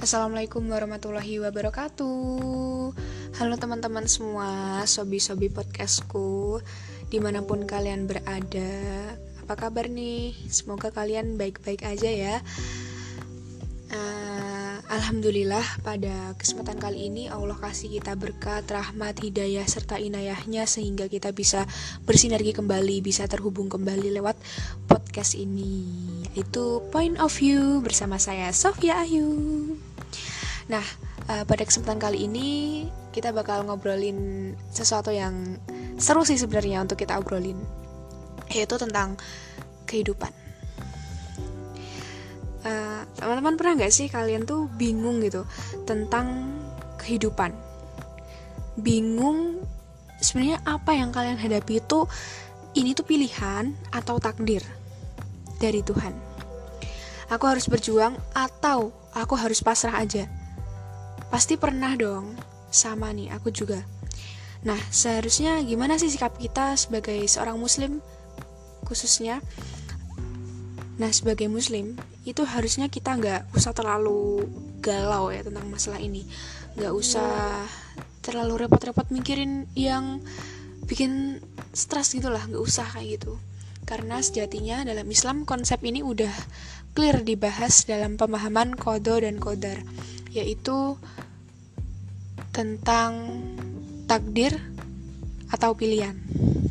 Assalamualaikum warahmatullahi wabarakatuh. Halo teman-teman semua, sobi-sobi podcastku, dimanapun kalian berada. Apa kabar nih? Semoga kalian baik-baik aja ya. Alhamdulillah pada kesempatan kali ini Allah kasih kita berkat, rahmat, hidayah, serta inayahnya sehingga kita bisa bersinergi kembali, bisa terhubung kembali lewat podcast ini. Itu Point of View bersama saya Sofia Ayu. Nah, pada kesempatan kali ini kita bakal ngobrolin sesuatu yang seru sih sebenarnya untuk kita obrolin, yaitu tentang kehidupan. Teman-teman pernah gak sih kalian tuh bingung gitu tentang kehidupan? Bingung sebenarnya apa yang kalian hadapi itu, ini tuh pilihan atau takdir dari Tuhan? Aku harus berjuang atau aku harus pasrah aja? Pasti pernah dong, sama nih aku juga. Nah, seharusnya gimana sih sikap kita sebagai seorang muslim khususnya? Nah, sebagai muslim, itu harusnya kita gak usah terlalu galau ya tentang masalah ini. Gak usah terlalu repot-repot mikirin yang bikin stres gitu lah, gak usah kayak gitu. Karena sejatinya dalam Islam konsep ini udah clear dibahas dalam pemahaman qada dan qadar, yaitu tentang takdir atau pilihan.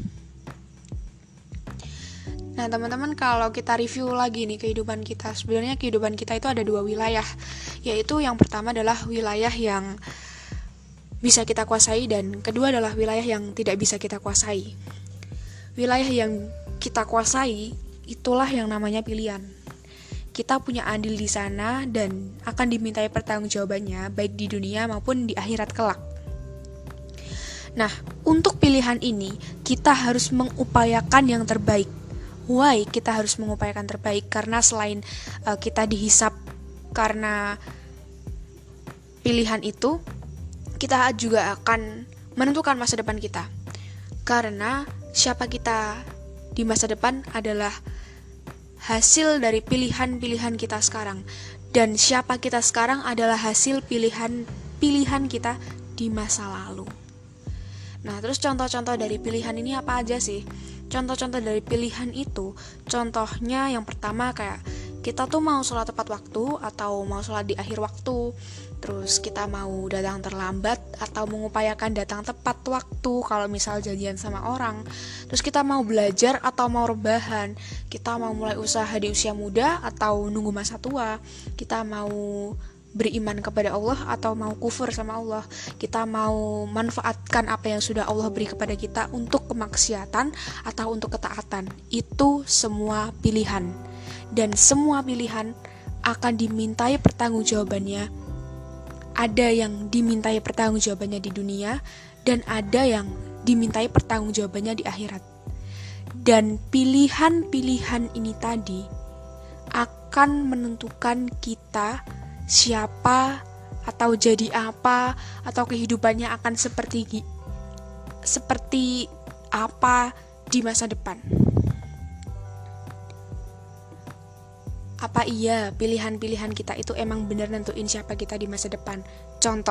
Nah teman-teman, kalau kita review lagi nih kehidupan kita, sebenarnya kehidupan kita itu ada dua wilayah, yaitu yang pertama adalah wilayah yang bisa kita kuasai dan kedua adalah wilayah yang tidak bisa kita kuasai. Wilayah yang kita kuasai itulah yang namanya pilihan. Kita punya andil di sana dan akan dimintai pertanggungjawabannya baik di dunia maupun di akhirat kelak. Nah, untuk pilihan ini kita harus mengupayakan yang terbaik. Why kita harus mengupayakan terbaik? Karena selain kita dihisap karena pilihan itu, kita juga akan menentukan masa depan kita. Karena siapa kita di masa depan adalah hasil dari pilihan-pilihan kita sekarang. Dan siapa kita sekarang adalah hasil pilihan kita di masa lalu. Nah, terus contoh-contoh dari pilihan ini apa aja sih? Contoh-contoh dari pilihan itu, contohnya yang pertama kayak kita tuh mau sholat tepat waktu atau mau sholat di akhir waktu. Terus kita mau datang terlambat atau mengupayakan datang tepat waktu kalau misal janjian sama orang. Terus kita mau belajar atau mau rebahan. Kita mau mulai usaha di usia muda atau nunggu masa tua. Kita mau beriman kepada Allah atau mau kufur sama Allah. Kita mau manfaatkan apa yang sudah Allah beri kepada kita untuk kemaksiatan atau untuk ketaatan. Itu semua pilihan. Dan semua pilihan akan dimintai pertanggungjawabannya. Ada yang dimintai pertanggungjawabannya di dunia dan ada yang dimintai pertanggungjawabannya di akhirat. Dan pilihan-pilihan ini tadi akan menentukan kita siapa atau jadi apa atau kehidupannya akan seperti apa di masa depan. Apa iya pilihan-pilihan kita itu emang benar nentuin siapa kita di masa depan? Contoh,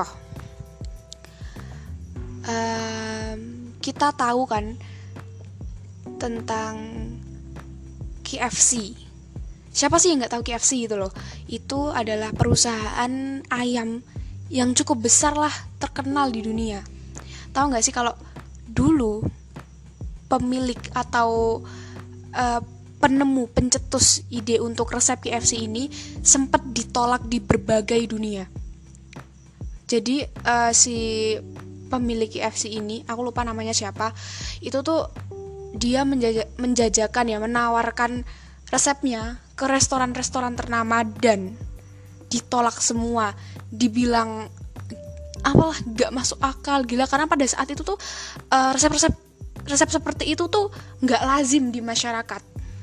kita tahu kan tentang KFC. Siapa sih yang gak tahu KFC gitu loh? Itu adalah perusahaan ayam yang cukup besar lah, terkenal di dunia. Tahu gak sih kalau dulu pemilik atau penemu, pencetus ide untuk resep KFC ini sempat ditolak di berbagai dunia. Jadi si pemilik KFC ini, aku lupa namanya siapa, itu tuh dia menjajakan ya, menawarkan resepnya ke restoran-restoran ternama dan ditolak semua. Dibilang apalah, gak masuk akal, gila. Karena pada saat itu tuh resep seperti itu tuh gak lazim di masyarakat.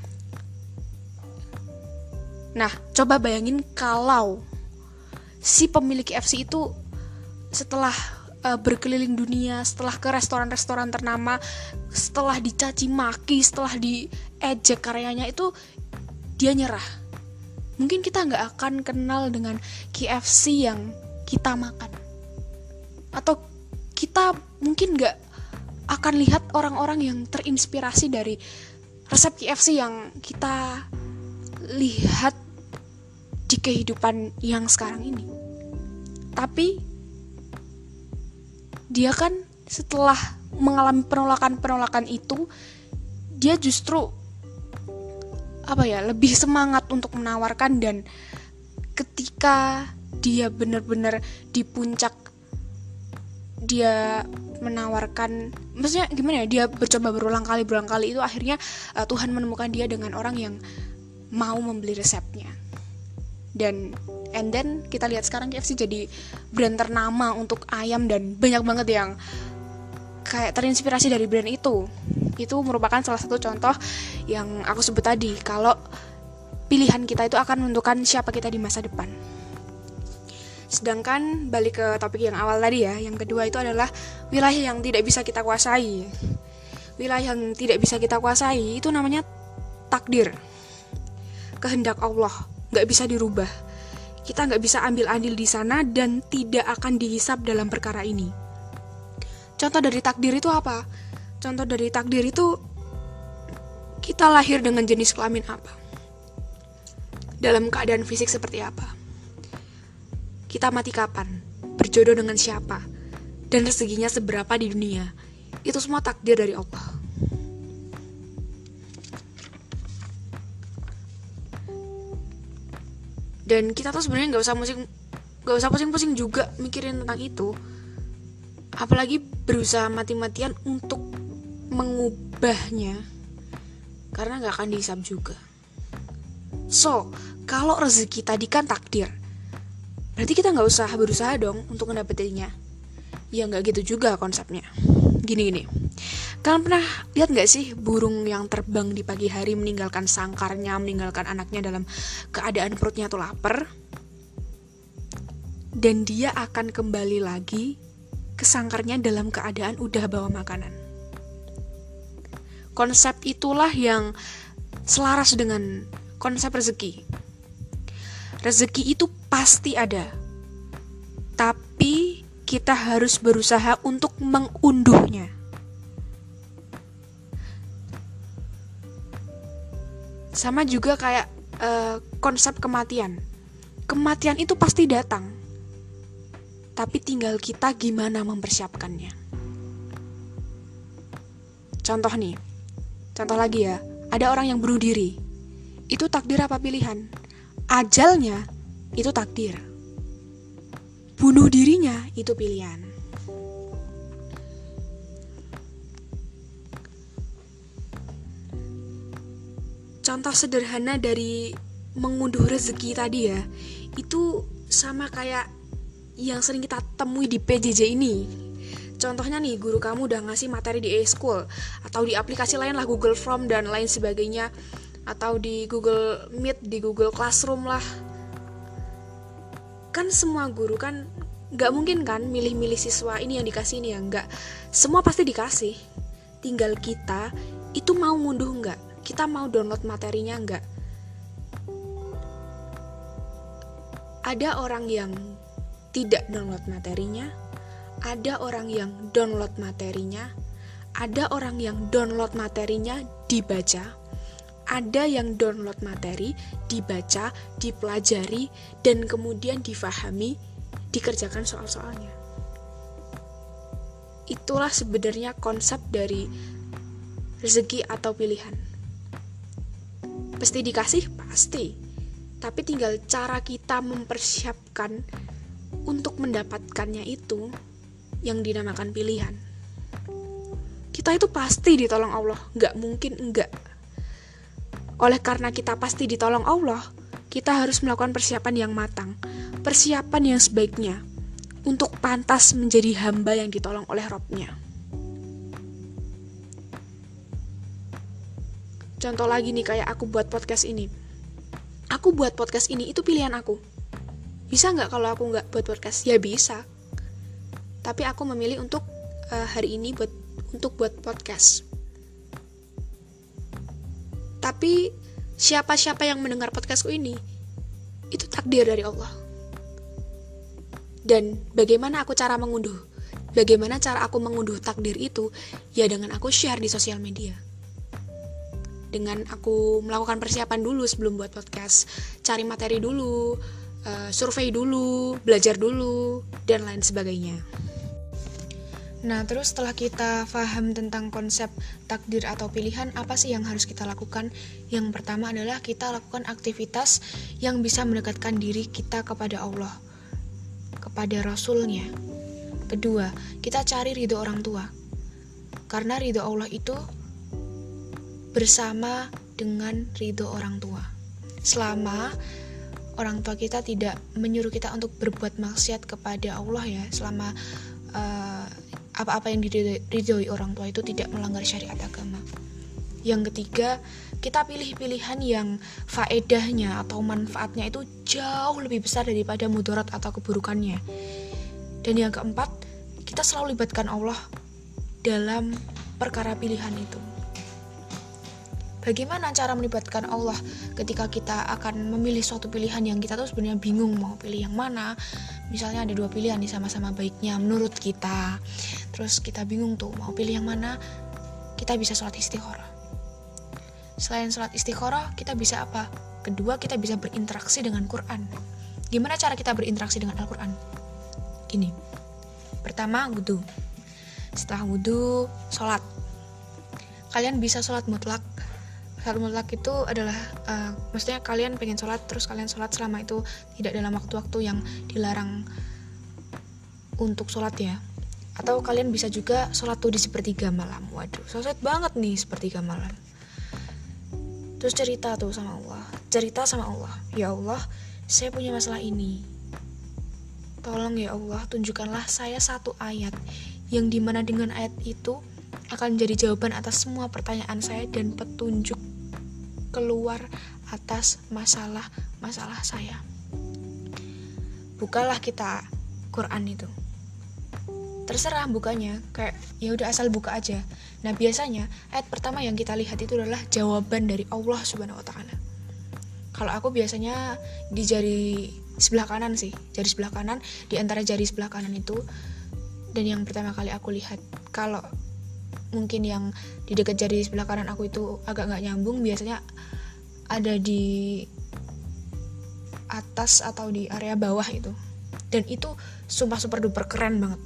Nah, coba bayangin kalau si pemilik KFC itu setelah berkeliling dunia, setelah ke restoran-restoran ternama, setelah dicaci maki, setelah diejek karyanya itu, dia nyerah. Mungkin kita nggak akan kenal dengan KFC yang kita makan, atau kita mungkin nggak akan lihat orang-orang yang terinspirasi dari resep KFC yang kita lihat di kehidupan yang sekarang ini. Tapi dia kan setelah mengalami penolakan itu, dia justru lebih semangat untuk menawarkan, dan ketika dia benar-benar di puncak, dia menawarkan, maksudnya gimana ya, dia bercoba berulang kali itu, akhirnya Tuhan menemukan dia dengan orang yang mau membeli resepnya. And then kita lihat sekarang KFC jadi brand ternama untuk ayam, dan banyak banget yang kayak terinspirasi dari brand itu. Itu merupakan salah satu contoh yang aku sebut tadi, kalau pilihan kita itu akan menentukan siapa kita di masa depan. Sedangkan balik ke topik yang awal tadi ya, yang kedua itu adalah wilayah yang tidak bisa kita kuasai. Wilayah yang tidak bisa kita kuasai itu namanya takdir, kehendak Allah, nggak bisa dirubah. Kita nggak bisa ambil andil di sana dan tidak akan dihisab dalam perkara ini. Contoh dari takdir itu apa? Contoh dari takdir itu, kita lahir dengan jenis kelamin apa, dalam keadaan fisik seperti apa, kita mati kapan, berjodoh dengan siapa, dan rezekinya seberapa di dunia. Itu semua takdir dari Allah. Dan kita tuh sebenarnya nggak usah pusing-pusing juga mikirin tentang itu, apalagi berusaha mati-matian untuk mengubahnya, karena nggak akan dihisab juga. So, kalau rezeki tadi kan takdir, berarti kita nggak usah berusaha dong untuk mendapatinya. Ya nggak gitu juga konsepnya. Gini. Kalian pernah lihat nggak sih burung yang terbang di pagi hari meninggalkan sangkarnya, meninggalkan anaknya dalam keadaan perutnya tuh lapar, dan dia akan kembali lagi ke sangkarnya dalam keadaan udah bawa makanan. Konsep itulah yang selaras dengan konsep rezeki. Rezeki itu pasti ada, tapi kita harus berusaha untuk mengunduhnya. Sama juga kayak konsep kematian. Kematian itu pasti datang, tapi tinggal kita gimana mempersiapkannya. Contoh lagi ya, ada orang yang bunuh diri. Itu takdir apa pilihan? Ajalnya itu takdir, bunuh dirinya itu pilihan. Contoh sederhana dari mengunduh rezeki tadi ya, itu sama kayak yang sering kita temui di PJJ ini. Contohnya nih, guru kamu udah ngasih materi di e-school, atau di aplikasi lain lah, Google Form dan lain sebagainya, atau di Google Meet, di Google Classroom lah. Kan semua guru kan gak mungkin kan milih-milih siswa ini yang dikasih, ini yang enggak. Semua pasti dikasih. Tinggal kita itu mau ngunduh enggak, kita mau download materinya enggak. Ada orang yang tidak download materinya, ada orang yang download materinya, ada orang yang download materinya dibaca, ada yang download materi, dibaca, dipelajari, dan kemudian difahami, dikerjakan soal-soalnya. Itulah sebenarnya konsep dari rezeki atau pilihan. Pasti dikasih? Pasti. Tapi tinggal cara kita mempersiapkan untuk mendapatkannya itu yang dinamakan pilihan. Kita itu pasti ditolong Allah, gak mungkin enggak. Oleh karena kita pasti ditolong Allah, kita harus melakukan persiapan yang matang, persiapan yang sebaiknya, untuk pantas menjadi hamba yang ditolong oleh Robnya. Contoh lagi nih, kayak aku buat podcast ini. Aku buat podcast ini, itu pilihan aku. Bisa gak kalau aku gak buat podcast? Ya bisa. Tapi aku memilih untuk hari ini untuk buat podcast. Tapi siapa-siapa yang mendengar podcastku ini, itu takdir dari Allah. Dan bagaimana cara aku mengunduh takdir itu? Ya dengan aku share di sosial media, dengan aku melakukan persiapan dulu sebelum buat podcast, cari materi dulu, survei dulu, belajar dulu, dan lain sebagainya. Nah, terus setelah kita paham tentang konsep takdir atau pilihan, apa sih yang harus kita lakukan? Yang pertama adalah kita lakukan aktivitas yang bisa mendekatkan diri kita kepada Allah, kepada Rasul-Nya. Kedua, kita cari ridho orang tua. Karena ridho Allah itu bersama dengan ridho orang tua. Selama orang tua kita tidak menyuruh kita untuk berbuat maksiat kepada Allah ya, selama apa-apa yang diridhoi orang tua itu tidak melanggar syariat agama. Yang ketiga, kita pilih pilihan yang faedahnya atau manfaatnya itu jauh lebih besar daripada mudarat atau keburukannya. Dan yang keempat, kita selalu libatkan Allah dalam perkara pilihan itu. Bagaimana cara melibatkan Allah ketika kita akan memilih suatu pilihan yang kita tuh sebenarnya bingung mau pilih yang mana? Misalnya ada 2 pilihan nih sama-sama baiknya menurut kita. Terus kita bingung tuh mau pilih yang mana? Kita bisa sholat istikharah. Selain sholat istikharah, kita bisa apa? Kedua, kita bisa berinteraksi dengan Quran. Gimana cara kita berinteraksi dengan Al-Quran? Gini. Pertama, wudu. Setelah wudu, sholat. Kalian bisa sholat mutlak. Sholat mutlak itu adalah maksudnya kalian pengen sholat, terus kalian sholat selama itu tidak dalam waktu-waktu yang dilarang untuk sholat ya. Atau kalian bisa juga sholat tuh di sepertiga malam. Waduh, sholat banget nih sepertiga malam. Terus cerita sama Allah, ya Allah, saya punya masalah ini, tolong ya Allah, tunjukkanlah saya satu ayat yang dimana dengan ayat itu akan jadi jawaban atas semua pertanyaan saya dan petunjuk keluar atas masalah saya. Bukalah kita Quran itu. Terserah bukanya, kayak ya udah asal buka aja. Nah, biasanya ayat pertama yang kita lihat itu adalah jawaban dari Allah Subhanahu wa taala. Kalau aku biasanya di jari sebelah kanan sih, jari sebelah kanan, di antara jari sebelah kanan itu. Dan yang pertama kali aku lihat, kalau mungkin yang di dekat jari sebelah kanan aku itu agak nggak nyambung, biasanya ada di atas atau di area bawah itu. Dan itu sumpah super duper keren banget.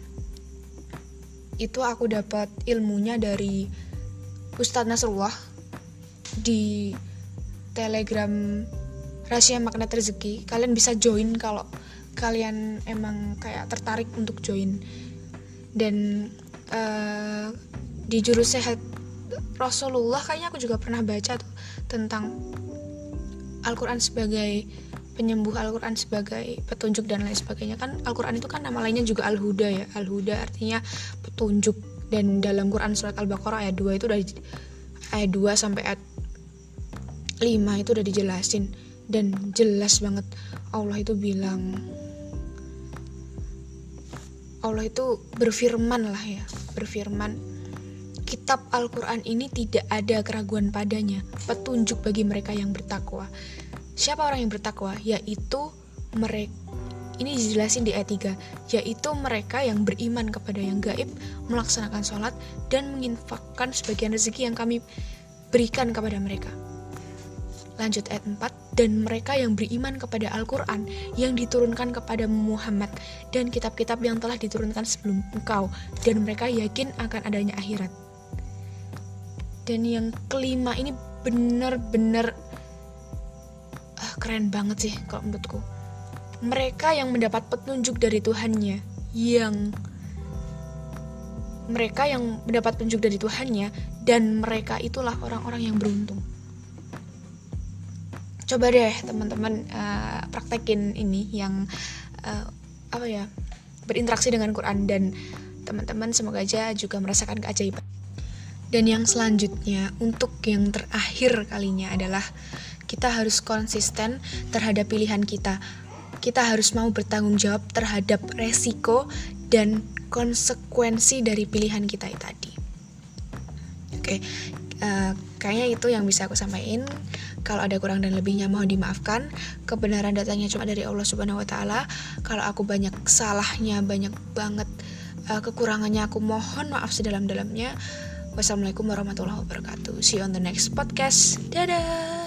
Itu aku dapat ilmunya dari Ustadz Nasrullah di Telegram Rahasia Magnet Rezeki. Kalian bisa join kalau kalian emang kayak tertarik untuk join. Dan di Jurus Sehat Rasulullah kayaknya aku juga pernah baca tuh tentang Al-Quran sebagai penyembuh, Al-Quran sebagai petunjuk dan lain sebagainya. Kan Al-Quran itu kan nama lainnya juga Al-Huda ya. Al-Huda artinya petunjuk. Dan dalam Quran surat Al-Baqarah ayat 2 itu ayat 2 sampai ayat 5 itu udah dijelasin. Dan jelas banget Allah itu bilang, Allah itu berfirman lah ya, berfirman, kitab Al-Quran ini tidak ada keraguan padanya, petunjuk bagi mereka yang bertakwa. Siapa orang yang bertakwa? Yaitu mereka, ini dijelasin di ayat 3, yaitu mereka yang beriman kepada yang gaib, melaksanakan sholat, dan menginfakkan sebagian rezeki yang kami berikan kepada mereka. Lanjut ayat 4, dan mereka yang beriman kepada Al-Quran yang diturunkan kepada Muhammad dan kitab-kitab yang telah diturunkan sebelum engkau, dan mereka yakin akan adanya akhirat. Dan yang kelima ini benar-benar keren banget sih kalau menurutku. Mereka yang mendapat petunjuk dari Tuhannya, dan mereka itulah orang-orang yang beruntung. Coba deh teman-teman praktekin ini yang berinteraksi dengan Quran, dan teman-teman semoga aja juga merasakan keajaiban. Dan yang selanjutnya, untuk yang terakhir kalinya adalah kita harus konsisten terhadap pilihan kita. Kita harus mau bertanggung jawab terhadap resiko dan konsekuensi dari pilihan kita tadi. Oke, kayaknya itu yang bisa aku sampaikan. Kalau ada kurang dan lebihnya mohon dimaafkan. Kebenaran datangnya cuma dari Allah Subhanahu wa taala. Kalau aku banyak salahnya, banyak banget kekurangannya, aku mohon maaf sedalam-dalamnya. Wassalamualaikum warahmatullahi wabarakatuh. See you on the next podcast. Dadah.